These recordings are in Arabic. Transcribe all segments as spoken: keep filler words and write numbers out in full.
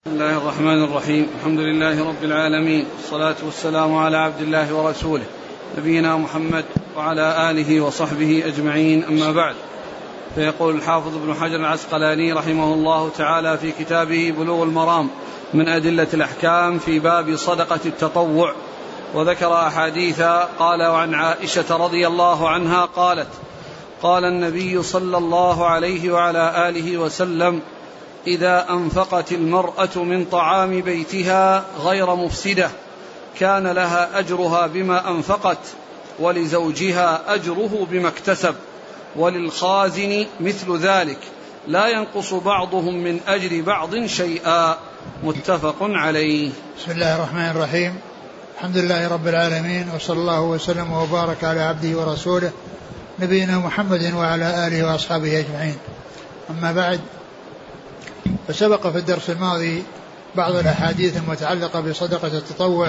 بسم الله الرحمن الرحيم. الحمد لله رب العالمين، والصلاة والسلام على عبد الله ورسوله نبينا محمد وعلى آله وصحبه أجمعين، أما بعد. فيقول الحافظ ابن حجر العسقلاني رحمه الله تعالى في كتابه بلوغ المرام من أدلة الأحكام في باب صدقة التطوع، وذكر أحاديث. قال: وعن عائشة رضي الله عنها قالت: قال النبي صلى الله عليه وعلى آله وسلم: إذا أنفقت المرأة من طعام بيتها غير مفسدة كان لها أجرها بما أنفقت، ولزوجها أجره بما اكتسب، وللخازن مثل ذلك، لا ينقص بعضهم من أجر بعض شيئا. متفق عليه. بسم الله الرحمن الرحيم. الحمد لله رب العالمين، وصلى الله وسلم وبارك على عبده ورسوله نبينا محمد وعلى آله وأصحابه أجمعين، أما بعد. فسبق في الدرس الماضي بعض الأحاديث المتعلقة بصدقة التطوع،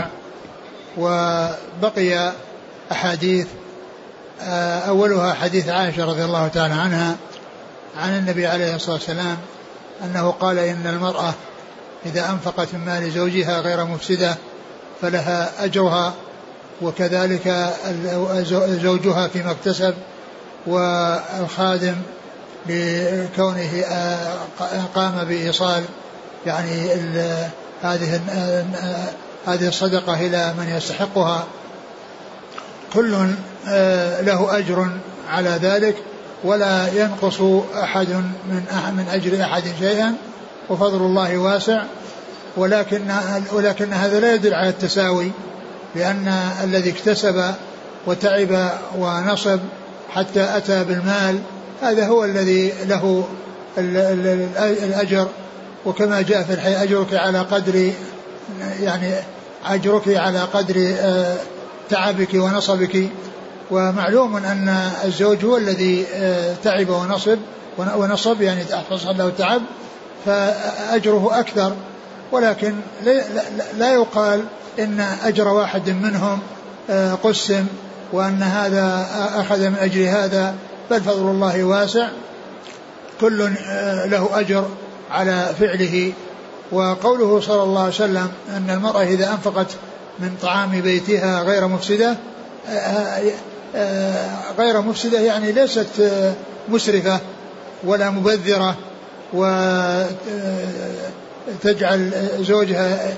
وبقي أحاديث. أولها حديث عائشة رضي الله تعالى عنها عن النبي عليه الصلاة والسلام أنه قال: إن المرأة إذا أنفقت من مال زوجها غير مفسدة فلها أجرها، وكذلك زوجها فيما اكتسب، والخادم لكونه قام بإيصال يعني هذه هذه الصدقة إلى من يستحقها، كل له أجر على ذلك، ولا ينقص أحد من من أجر أحد شيئا، وفضل الله واسع. ولكن ولكن هذا لا يدل على التساوي، لأن الذي اكتسب وتعب ونصب حتى أتى بالمال هذا هو الذي له الأجر. وكما جاء في الحديث: أجرك على قدر يعني أجرك على قدر تعبك ونصبك. ومعلوم أن الزوج هو الذي تعب ونصب ونصب يعني حصل له تعب، فأجره أكثر. ولكن لا يقال إن أجر واحد منهم قسم وأن هذا أخذ من أجل هذا، بل فضل الله واسع، كل له أجر على فعله. وقوله صلى الله عليه وسلم أن المرأة إذا أنفقت من طعام بيتها غير مفسدة، غير مفسدة يعني ليست مسرفة ولا مبذرة، وتجعل زوجها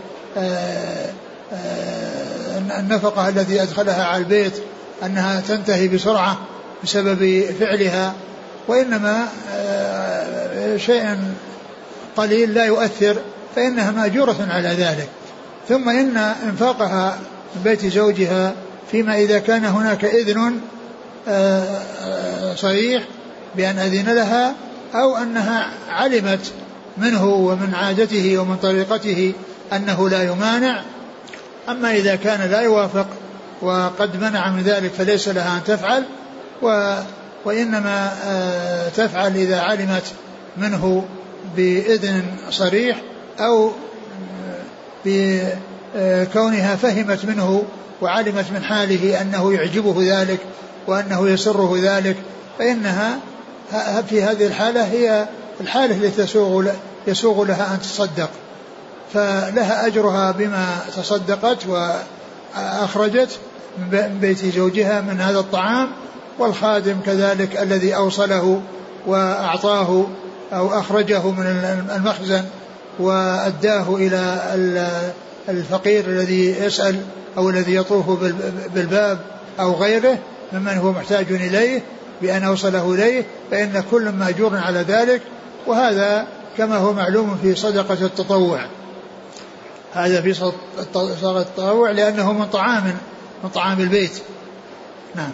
النفقة التي أدخلها على البيت أنها تنتهي بسرعة بسبب فعلها، وإنما شيء قليل لا يؤثر، فإنها مأجورة على ذلك. ثم إن انفاقها من بيت زوجها فيما إذا كان هناك إذن صريح بأن أذن لها، أو أنها علمت منه ومن عادته ومن طريقته أنه لا يمانع. أما إذا كان لا يوافق وقد منع من ذلك فليس لها أن تفعل، و وإنما تفعل إذا علمت منه بإذن صريح، أو بكونها فهمت منه وعلمت من حاله أنه يعجبه ذلك وأنه يسره ذلك، فإنها في هذه الحالة هي الحالة التي تسوغ يسوغ لها أن تصدق، فلها أجرها بما تصدقت وأخرجت من بيت زوجها من هذا الطعام. والخادم كذلك الذي أوصله وأعطاه أو أخرجه من المخزن وأداه إلى الفقير الذي يسأل أو الذي يطوف بالباب أو غيره ممن هو محتاج إليه بأن أوصله إليه، فإن كل مأجور على ذلك. وهذا كما هو معلوم في صدقة التطوع، هذا في صدقة التطوع لأنه من طعام من طعام البيت. نعم.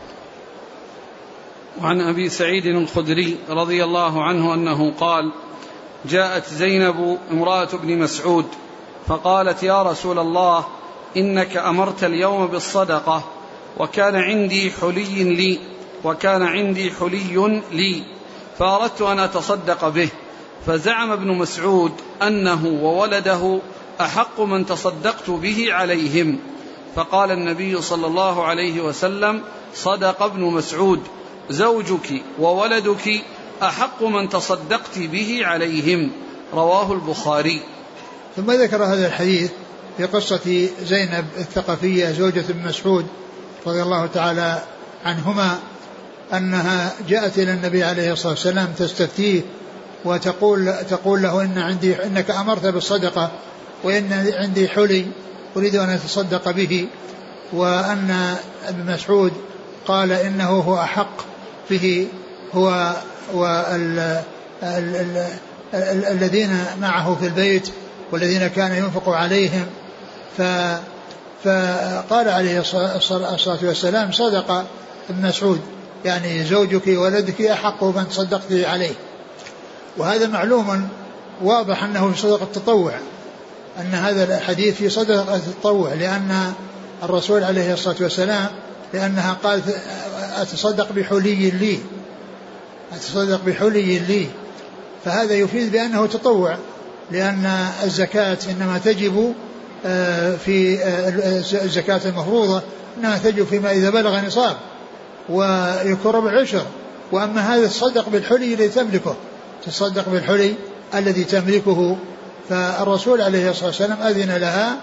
وعن أبي سعيد الخدري رضي الله عنه أنه قال: جاءت زينب امرأة ابن مسعود فقالت: يا رسول الله، إنك أمرت اليوم بالصدقة، وكان عندي حلي لي وكان عندي حلي لي فأردت أن أتصدق به. فزعم ابن مسعود أنه وولده أحق من تصدقت به عليهم. فقال النبي صلى الله عليه وسلم: صدق ابن مسعود، زوجك وولدك أحق من تصدقت به عليهم. رواه البخاري. ثم ذكر هذا الحديث في قصة زينب الثقفية زوجة ابن مسعود رضي الله تعالى عنهما، أنها جاءت إلى النبي عليه الصلاة والسلام تستفتيه وتقول تقول له إن عندي إنك أمرت بالصدقة وإن عندي حلي أريد أن أتصدق به، وأن ابن مسعود قال إنه هو أحق به هو والذين معه في البيت والذين كان ينفق عليهم. فقال عليه الصلاة والسلام صدق ابن مسعود، يعني زوجك ولدك أحق من تصدقت عليه. وهذا معلوم واضح أنه في صدقة التطوع، أن هذا الحديث في صدقة التطوع، لأن الرسول عليه الصلاة والسلام لأنها قالت أتصدق بحلي لي أتصدق بحلي لي فهذا يفيد بأنه تطوع، لأن الزكاة إنما تجب في الزكاة المفروضة إنما تجب فيما إذا بلغ نصاب ويكون ربع عشر، وأما هذا تصدق بالحلي الذي تملكه تصدق بالحلي الذي تملكه. فالرسول عليه الصلاة والسلام أذن لها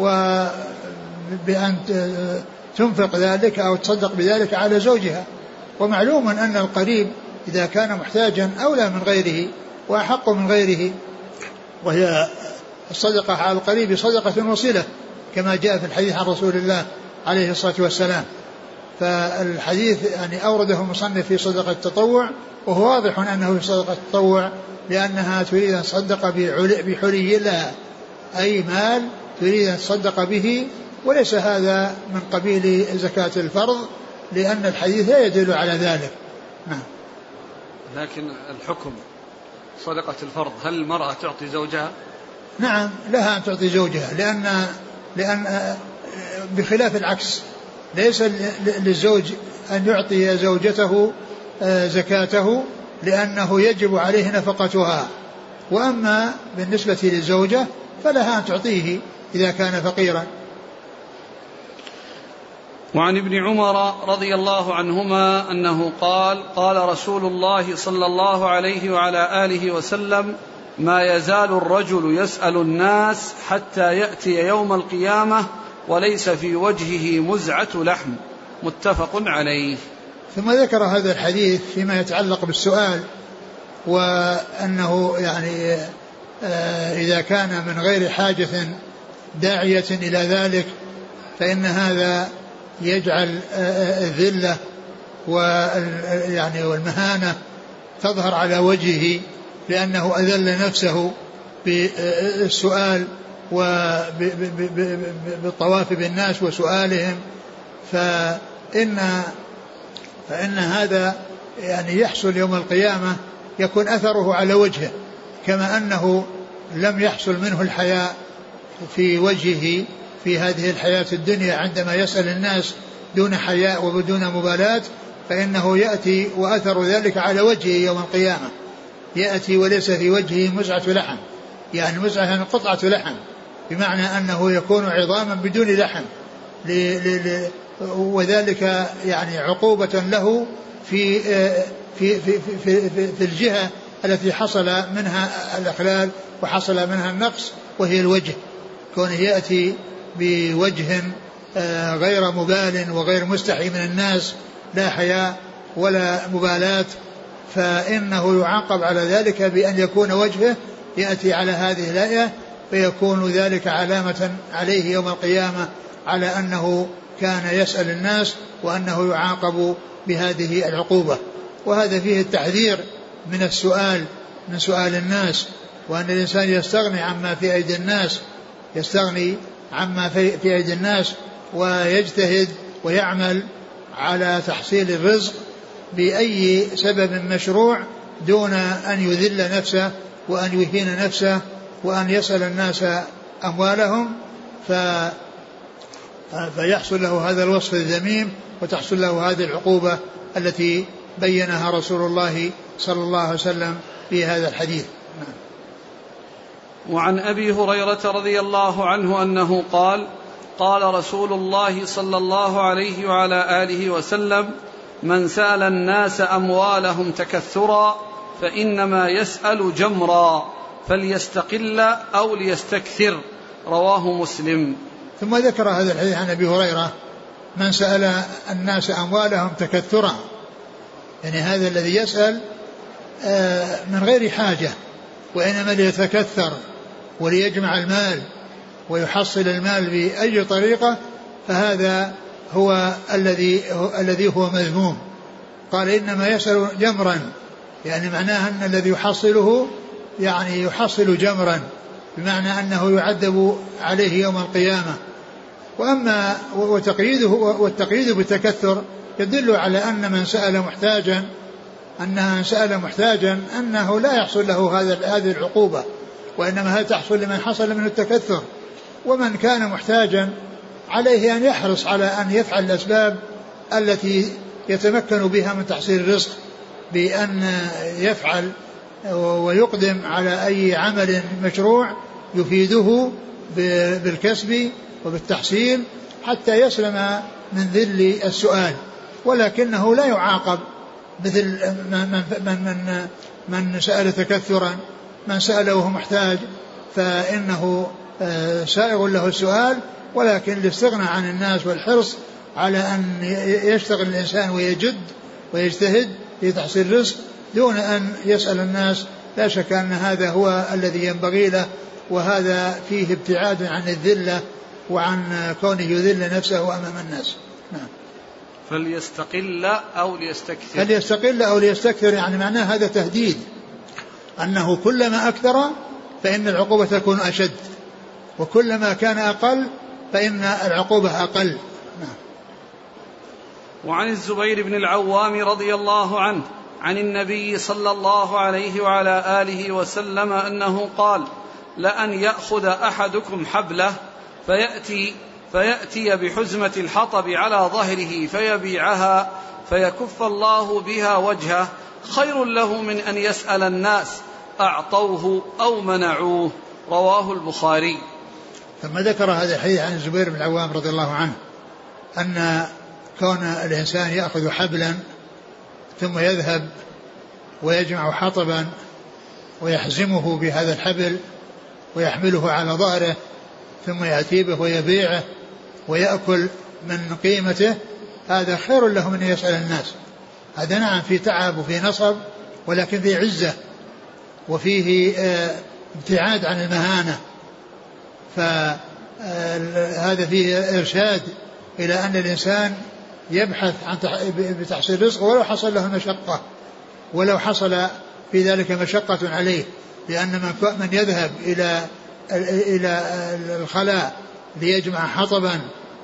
وبأن تنفق ذلك أو تصدق بذلك على زوجها. ومعلوم أن القريب إذا كان محتاجا أولى من غيره وأحق من غيره، وهي الصدقة على القريب صدقة وصلة كما جاء في الحديث عن رسول الله عليه الصلاة والسلام. فالحديث يعني أورده المصنف في صدقة التطوع، وهو واضح أنه في صدقة التطوع لأنها تريد أن تصدق بحلي لها، أي مال تريد أن تصدق به، وليس هذا من قبيل زكاة الفرض لأن الحديث لا يدل على ذلك. نعم. لكن الحكم صدقة الفرض هل المرأة تعطي زوجها؟ نعم لها أن تعطي زوجها، لأن لأن بخلاف العكس ليس للزوج أن يعطي زوجته زكاته لأنه يجب عليه نفقتها، وأما بالنسبة للزوجة فلها أن تعطيه إذا كان فقيرا. وعن ابن عمر رضي الله عنهما أنه قال قال رسول الله صلى الله عليه وعلى آله وسلم ما يزال الرجل يسأل الناس حتى يأتي يوم القيامة وليس في وجهه مزعة لحم، متفق عليه. ثم ذكر هذا الحديث فيما يتعلق بالسؤال، وأنه يعني إذا كان من غير حاجة داعية إلى ذلك فإن هذا يجعل الذلة ويعني والمهانة تظهر على وجهه، لأنه أذل نفسه بالسؤال وبالطواف بالناس وسؤالهم، فإن فإن هذا يعني يحصل يوم القيامة يكون أثره على وجهه، كما أنه لم يحصل منه الحياء في وجهه في هذه الحياة الدنيا عندما يسأل الناس دون حياء وبدون مبالاة، فإنه يأتي وأثر ذلك على وجهه يوم القيامة، يأتي وليس في وجهه مزعة لحم، يعني مزعة قطعة لحم، بمعنى أنه يكون عظاما بدون لحم، وذلك يعني عقوبة له في في في في في, في الجهة التي حصل منها الإخلال وحصل منها النقص، وهي الوجه، كونه يأتي بوجه غير مبال وغير مستحي من الناس، لا حياء ولا مبالاة، فإنه يعاقب على ذلك بأن يكون وجهه يأتي على هذه الآية، فيكون ذلك علامة عليه يوم القيامة على أنه كان يسأل الناس وأنه يعاقب بهذه العقوبة. وهذا فيه التحذير من السؤال من سؤال الناس، وأن الإنسان يستغني عما في أيدي الناس يستغني عما في, في أيدي الناس ويجتهد ويعمل على تحصيل الرزق بأي سبب مشروع دون أن يذل نفسه وأن يهين نفسه وأن يسأل الناس أموالهم، ف فيحصل له هذا الوصف الذميم وتحصل له هذه العقوبة التي بينها رسول الله صلى الله عليه وسلم في هذا الحديث. وعن أبي هريرة رضي الله عنه أنه قال قال رسول الله صلى الله عليه وعلى آله وسلم من سأل الناس أموالهم تكثرا فإنما يسأل جمرا، فليستقل أو ليستكثر، رواه مسلم. ثم ذكر هذا الحديث عن أبي هريرة: من سأل الناس أموالهم تكثرا، يعني هذا الذي يسأل من غير حاجة وإنما ليتكثر وليجمع المال ويحصل المال بأي طريقة، فهذا هو الذي الذي هو مذموم. قال إنما يسأل جمرا، يعني معناه أن الذي يحصله يعني يحصل جمرا، بمعنى أنه يعذب عليه يوم القيامة. وأما وتقييده والتقييد بالتكثر يدل على أن من سأل محتاجا أن من سأل محتاجا أنه لا يحصل له هذا هذه العقوبة، وإنما هي تحصل لمن حصل منه التكثر. ومن كان محتاجا عليه أن يحرص على أن يفعل الأسباب التي يتمكن بها من تحصيل الرزق، بأن يفعل ويقدم على أي عمل مشروع يفيده بالكسب وبالتحصيل حتى يسلم من ذل السؤال. ولكنه لا يعاقب مثل من, من, من, من سأل تكثرا. من سأل وهو محتاج فإنه سائغ له السؤال، ولكن الاستغنى عن الناس والحرص على أن يشتغل الإنسان ويجد ويجتهد في تحصيل الرزق دون أن يسأل الناس، لا شك أن هذا هو الذي ينبغي له، وهذا فيه ابتعاد عن الذلة وعن كونه يذل نفسه أمام الناس. نعم. فليستقل أو ليستكثر. فليستقل أو ليستكثر يعني معناه هذا تهديد، أنه كلما أكثر فإن العقوبة تكون أشد، وكلما كان أقل فإن العقوبة أقل. نعم. وعن الزبير بن العوام رضي الله عنه عن النبي صلى الله عليه وعلى آله وسلم أنه قال: لأن يأخذ أحدكم حبله فيأتي, فيأتي بحزمة الحطب على ظهره فيبيعها فيكف الله بها وجهه خير له من أن يسأل الناس أعطوه أو منعوه، رواه البخاري. ثم ذكر هذا الحديث عن الزبير بن العوام رضي الله عنه أن كون الإنسان يأخذ حبلا ثم يذهب ويجمع حطبا ويحزمه بهذا الحبل ويحمله على ظهره ثم يأتي به ويبيعه ويأكل من قيمته، هذا خير له من يسأل الناس. هذا نعم في تعب وفي نصب، ولكن فيه عزة وفيه ابتعاد عن المهانة، فهذا فيه إرشاد إلى أن الإنسان يبحث عن بتحصيل رزق ولو حصل له مشقة، ولو حصل في ذلك مشقة عليه، لأن من يذهب إلى إلى الخلاء ليجمع حطبا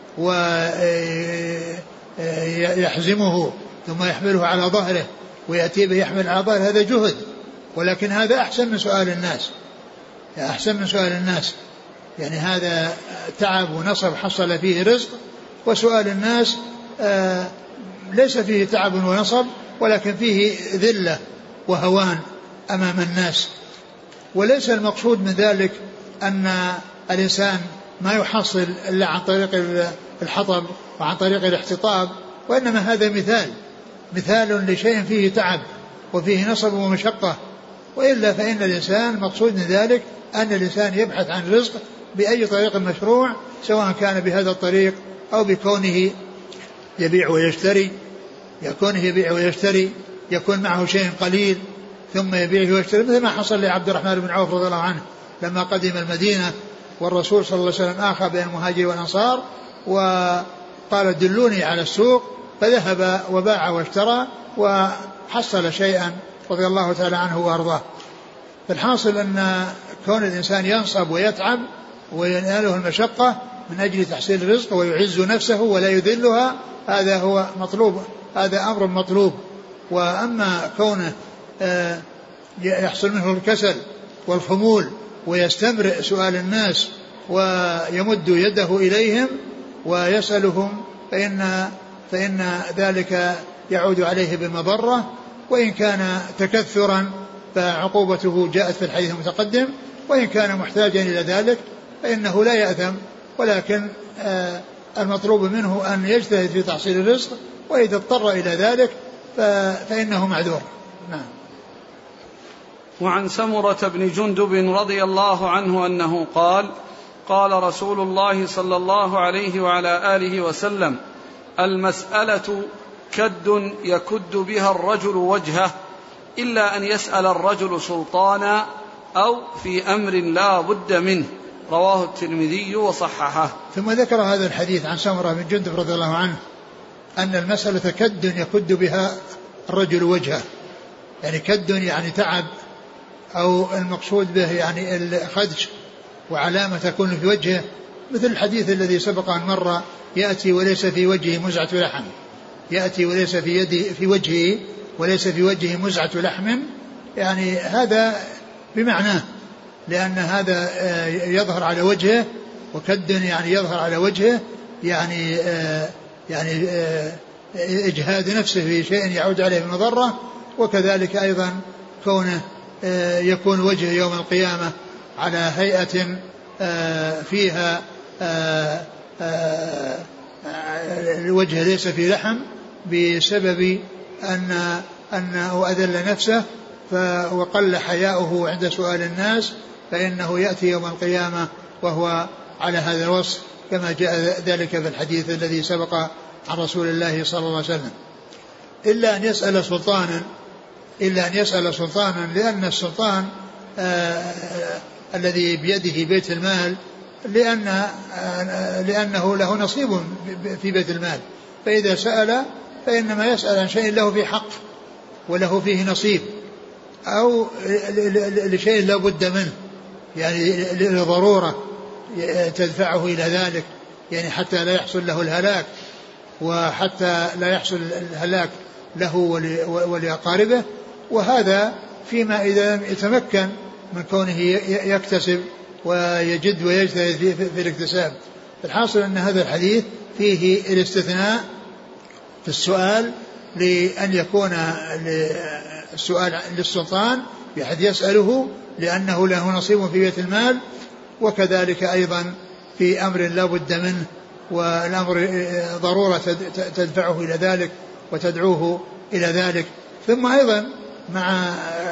ويحزمه ثم يحمله على ظهره ويأتي به يحمل على ظهره، هذا جهد، ولكن هذا أحسن من سؤال الناس، أحسن من سؤال الناس. يعني هذا تعب ونصب حصل فيه رزق، وسؤال الناس آه ليس فيه تعب ونصب ولكن فيه ذلة وهوان أمام الناس. وليس المقصود من ذلك أن الإنسان ما يحصل إلا عن طريق الحطب وعن طريق الاحتطاب، وإنما هذا مثال مثال لشيء فيه تعب وفيه نصب ومشقة، وإلا فإن الإنسان مقصود من ذلك أن الإنسان يبحث عن رزق بأي طريق مشروع، سواء كان بهذا الطريق أو بكونه يبيع ويشتري، يكونه يبيع ويشتري يكون معه شيء قليل ثم يبيع ويشتري، مثل ما حصل لعبد الرحمن بن عوف رضي الله عنه لما قدم المدينة والرسول صلى الله عليه وسلم آخى بين المهاجر والأنصار وقال دلوني على السوق، فذهب وباع واشترى وحصل شيئا رضي الله تعالى عنه وأرضاه. فالحاصل أن كون الإنسان ينصب ويتعب ويناله المشقة من أجل تحصيل الرزق ويعز نفسه ولا يذلها، هذا هو مطلوب، هذا أمر مطلوب. وأما كونه يحصل منه الكسل والخمول ويستمرئ سؤال الناس ويمد يده إليهم ويسألهم فإن, فإن ذلك يعود عليه بمضرة، وإن كان تكثرا فعقوبته جاءت في الحديث المتقدم، وإن كان محتاجا إلى ذلك فإنه لا يأثم، ولكن المطلوب منه أن يجتهد في تحصيل الرزق، وإذا اضطر إلى ذلك فإنه معذور. نعم. وعن سمرة بن جندب رضي الله عنه أنه قال قال رسول الله صلى الله عليه وعلى آله وسلم المسألة كد يكد بها الرجل وجهه إلا أن يسأل الرجل سلطانا أو في أمر لا بد منه. رواه الترمذي وصححه. ثم ذكر هذا الحديث عن سمرة بن جندب رضي الله عنه أن المسألة كد يكد بها الرجل وجهه، يعني كد يعني تعب، أو المقصود به يعني الخدش وعلامة تكون في وجهه، مثل الحديث الذي سبق أن مر يأتي وليس في وجهه مزعة لحم، يأتي وليس في يده في وجهه وليس في وجهه مزعة لحم، يعني هذا بمعناه، لأن هذا يظهر على وجهه، وكد يعني يظهر على وجهه يعني يعني إجهاد نفسه في شيء يعود عليه بمضرة، وكذلك أيضا كونه يكون وجهه يوم القيامة على هيئة فيها الوجه ليس في لحم بسبب أن أنه أذل نفسه وقل حياؤه عند سؤال الناس، فإنه يأتي يوم القيامة وهو على هذا الوصف، كما جاء ذلك في الحديث الذي سبق عن رسول الله صلى الله عليه وسلم. إلا أن يسأل سلطانا إلا أن يسأل سلطانا لأن السلطان آه الذي بيده بيت المال، لأن آه لأنه له نصيب في بيت المال، فإذا سأل فإنما يسأل عن شيء له فيه حق وله فيه نصيب، أو لشيء لا بد منه، يعني لضرورة تدفعه إلى ذلك، يعني حتى لا يحصل له الهلاك، وحتى لا يحصل الهلاك له ولأقاربه. وهذا فيما إذا يتمكن من كونه يكتسب ويجد ويجتهد في الاكتساب. الحاصل أن هذا الحديث فيه الاستثناء في السؤال، لأن يكون السؤال للسلطان بحد يسأله لأنه له نصيب في بيت المال، وكذلك أيضا في أمر لا بد منه، والأمر ضرورة تدفعه إلى ذلك وتدعوه إلى ذلك. ثم أيضا مع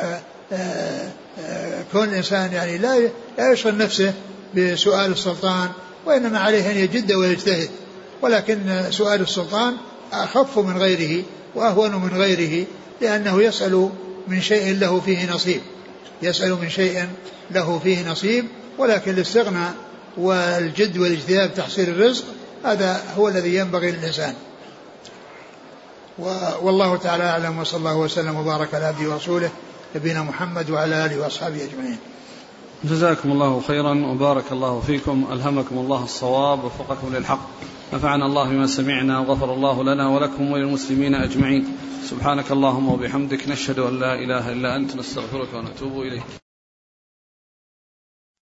كون الإنسان يعني لا لا يشغل نفسه بسؤال السلطان، وإنما عليه أن يجد ويجتهد، ولكن سؤال السلطان أخف من غيره وأهون من غيره، لأنه يسأل من شيء له فيه نصيب يسأل من شيء له فيه نصيب ولكن الاستغناء والجد والاجتهاد تحصيل الرزق هذا هو الذي ينبغي للإنسان. والله تعالى أعلم، وصلى الله وسلم وبارك على عبده ورسوله نبينا محمد وعلى آله وأصحابه أجمعين. جزاكم الله خيرا وبارك الله فيكم، ألهمكم الله الصواب ووفقكم للحق، نفعنا الله بما سمعنا وغفر الله لنا ولكم وللمسلمين أجمعين. سبحانك اللهم وبحمدك، نشهد أن لا إله إلا أنت، نستغفرك ونتوب إليك.